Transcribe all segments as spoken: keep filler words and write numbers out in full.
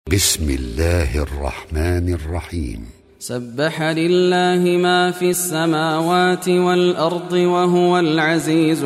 بسم الله الرحمن الرحيم. سبح لله ما في السماوات والأرض وهو العزيز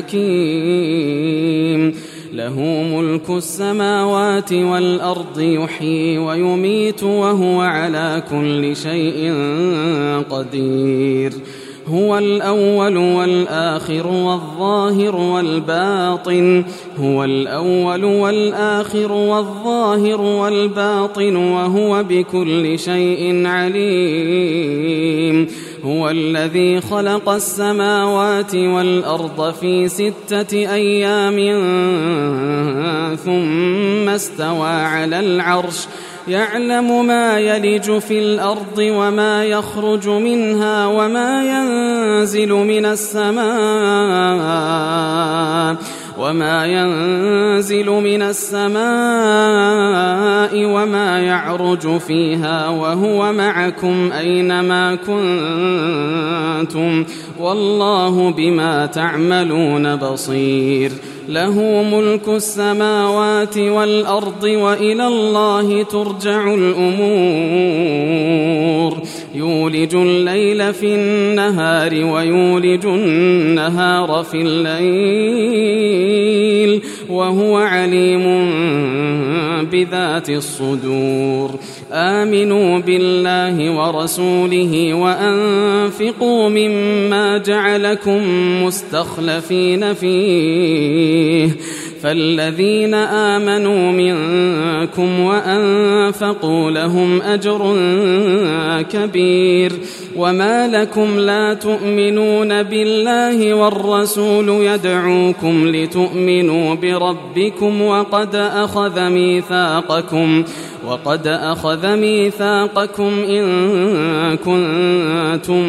الحكيم. له ملك السماوات والأرض يحيي ويميت وهو على كل شيء قدير. هو الأول والآخر والظاهر والباطن هو الأول والآخر والظاهر والباطن وهو بكل شيء عليم. هو الذي خلق السماوات والأرض في ستة أيام ثم استوى على العرش يعلم ما يلج في الأرض وما يخرج منها وما ينزل من السماء وما ينزل من السماء وما يعرج فيها وهو معكم أينما كنتم والله بما تعملون بصير. له ملك السماوات والأرض وإلى الله ترجع الأمور. يولج الليل في النهار ويولج النهار في الليل وهو عليم بذات الصدور. آمنوا بالله ورسوله وأنفقوا مما جعلكم مستخلفين فيه فالذين آمنوا منكم وأنفقوا لهم أجر كبير. وما لكم لا تؤمنون بالله والرسول يدعوكم لتؤمنوا بربكم وقد أخذ ميثاقكم وقد أخذ ميثاقكم إن كنتم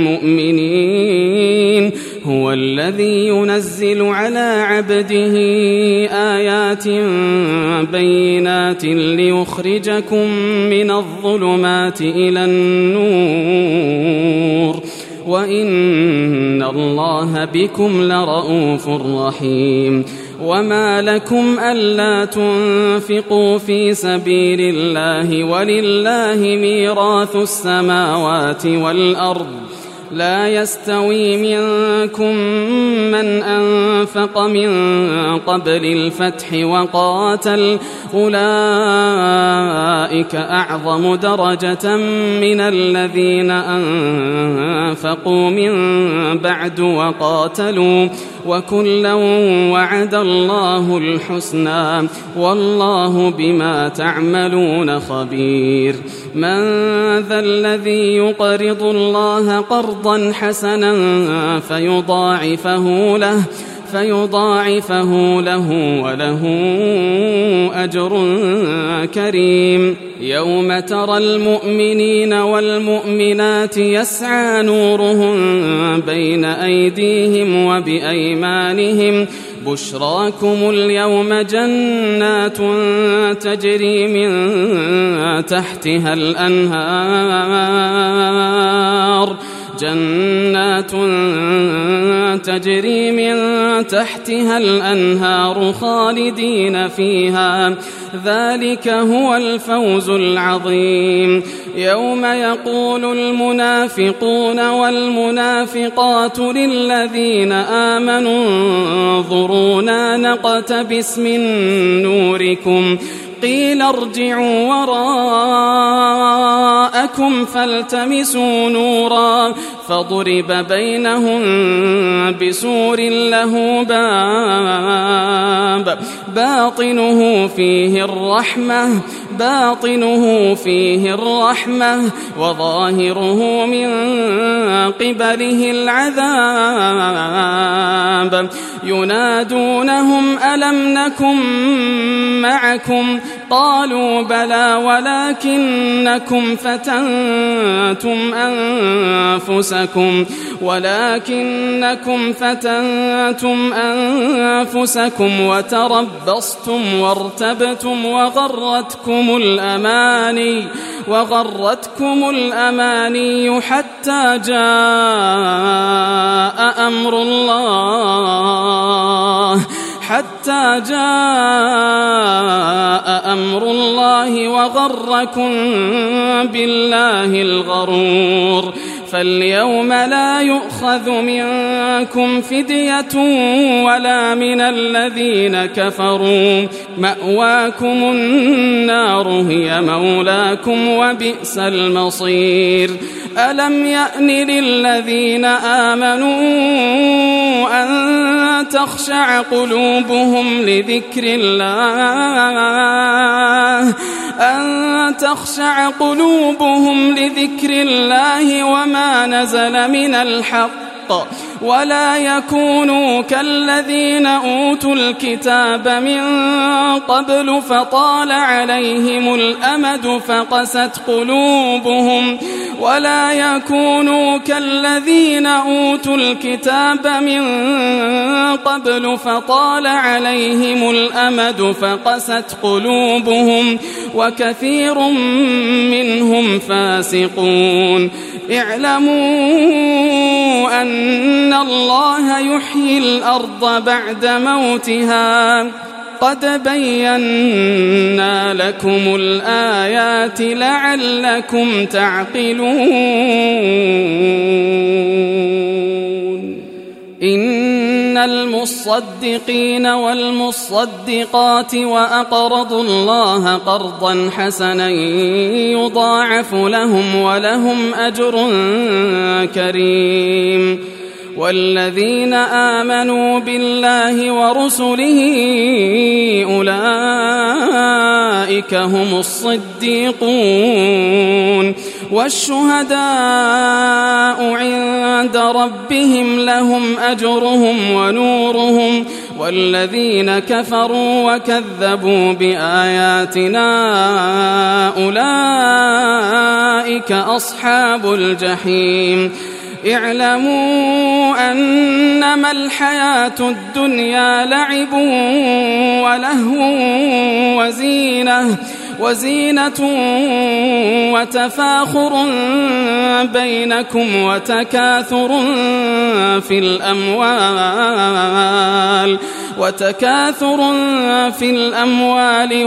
مؤمنين. هو الذي ينزل على عبده آيات بينات ليخرجكم من الظلمات إلى النور وإن الله بكم لرؤوف رحيم. وما لكم ألا تنفقوا في سبيل الله ولله ميراث السماوات والأرض لا يستوي منكم من أنفق من قبل الفتح وقاتل أولئك أعظم درجة من الذين أنفقوا من بعد وقاتلوا وكلا وعد الله الحسنى والله بما تعملون خبير. من ذا الذي يقرض الله قرضا حسنا فيضاعفه له فيضاعفه له وله أجر كريم. يوم ترى المؤمنين والمؤمنات يسعى نورهم بين أيديهم وبأيمانهم بشراكم اليوم جنات تجري من تحتها الأنهار جنات تجري من تحتها الأنهار خالدين فيها ذلك هو الفوز العظيم. يوم يقول المنافقون والمنافقات للذين آمنوا انظرونا نقتبس من نوركم قيل ارجعوا وراءكم فالتمسوا نورا فضرب بينهم بسور له باب باطنه فيه الرحمة باطنه فيه الرحمة وظاهره من قبله العذاب. ينادونهم ألم نكن معكم قالوا بلى ولكنكم فتنتم أنفسكم ولكنكم فتنتم أنفسكم وتربصتم وارتبتم وغرتكم الأماني وغرتكم الأماني حتى جاء أمر الله حتى جاء أمر الله وغركم بالله الغرور فاليوم لا يؤخذ منكم فدية ولا من الذين كفروا مأواكم النار هي مولاكم وبئس المصير ألم يأن للذين آمنوا أن تخشع قلوبهم لذكر الله أن تخشع قلوبهم لذكر الله وما نزل من الحق ولا يكونوا كالذين أوتوا الكتاب من قبل فطال عليهم الأمد فقست قلوبهم ولا يكونوا كالذين أوتوا الكتاب من قبل فطال عليهم الأمد فقست قلوبهم وكثير منهم فاسقون اعلموا أن الله يحيي الأرض بعد موتها قد بينا لكم الآيات لعلكم تعقلون إن المصدقين والمصدقات وأقرضوا الله قرضا حسنا يضاعف لهم ولهم أجر كريم والذين آمنوا بالله ورسله أولئك هم الصديقون والشهداء عند ربهم لهم أجرهم ونورهم والذين كفروا وكذبوا بآياتنا أولئك أصحاب الجحيم اعلموا أنما الحياة الدنيا لعب ولهو وزينة وزينة وتفاخر بينكم وتكاثر في الأموال وتكاثر في الأموال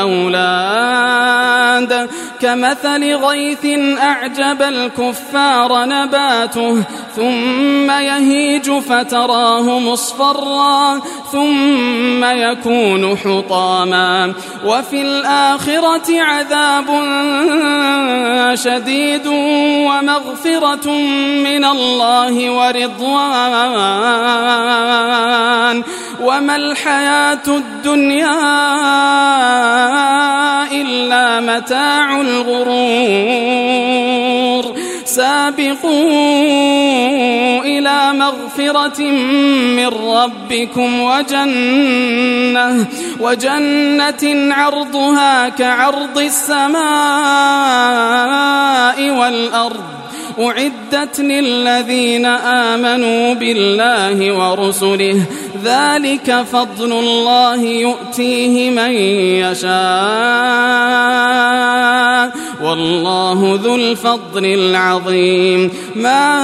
والأولاد كمثل غيث أعجب الكفار نباته ثم يهيج فتراه مصفرا ثم يكون حطاما وفي الآخرة عذاب شديد ومغفرة من الله ورضوان وما الحياة الدنيا إلا متاع الغرور سابقوا إلى مغفرة من ربكم وجنة وجنة عرضها كعرض السماء والأرض أعدت للذين آمنوا بالله ورسله ذلك فضل الله يؤتيه من يشاء والله ذو الفضل العظيم ما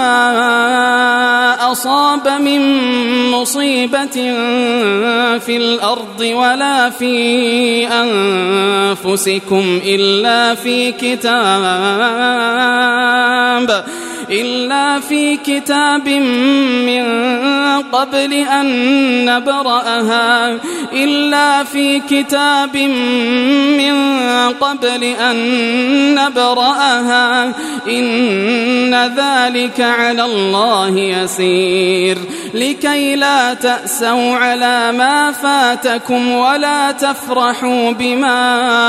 أصاب من مصيبة في الأرض ولا في أنفسكم إلا في كتاب إلا في كتاب من قبل أن نبرأها إلا في كتاب من قبل أن نبرأها إن ذلك على الله يسير لكي لا تأسوا على ما فاتكم ولا تفرحوا بما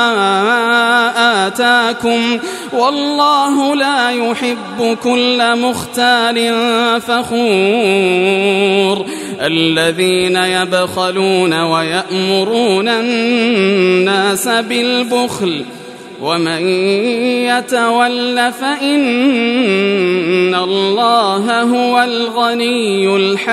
آتاكم والله لا يحب كل مختال فخور الذين يبخلون ويأمرون الناس بالبخل ومن يتول فإن الله هو الغني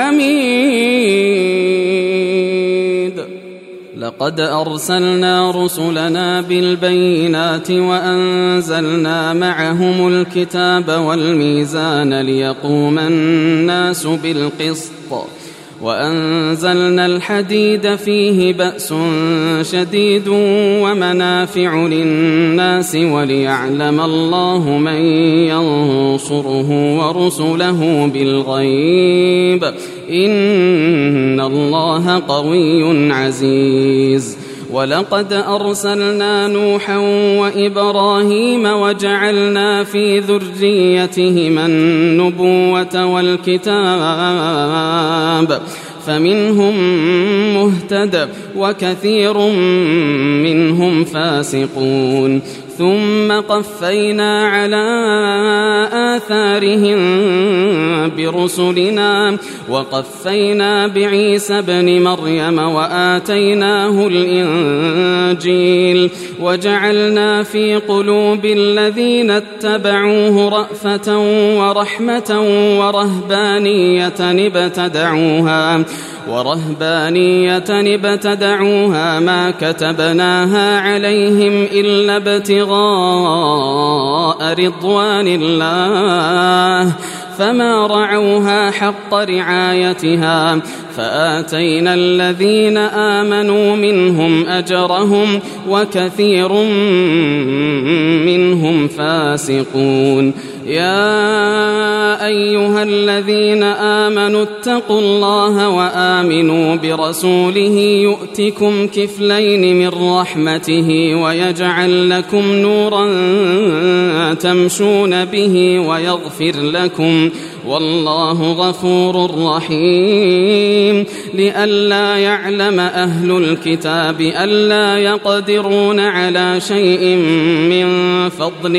الحميد لقد أرسلنا رسلنا بالبينات وأنزلنا معهم الكتاب والميزان ليقوم الناس بالقسط وأنزلنا الحديد فيه بأس شديد ومنافع للناس وليعلم الله من ينصره ورسله بالغيب إن الله قوي عزيز. ولقد أرسلنا نوحا وإبراهيم وجعلنا في ذريتهما النبوة والكتاب فمنهم مهتد وكثير منهم فاسقون ثم قفينا على آثارهم برسلنا وقفينا بعيسى ابن مريم وآتيناه الإنجيل وجعلنا في قلوب الذين اتبعوه رأفة ورحمة ورهبانية ابتدعوها ورهبانية ابتدعوها ما كتبناها عليهم إلا ابتغاء رضوان الله فما رعوها حق رعايتها فآتينا الذين آمنوا منهم أجرهم وكثير منهم فاسقون. يا أيها الذين آمنوا اتقوا الله وآمنوا برسوله يؤتكم كفلين من رحمته ويجعل لكم نورا تمشون به ويغفر لكم والله غفور رحيم. لئلا يعلم أهل الكتاب ألا يقدرون على شيء من فضل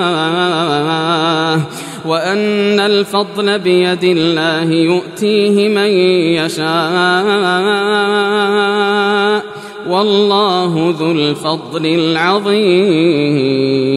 الله وأن الفضل بيد الله يؤتيه من يشاء والله ذو الفضل العظيم.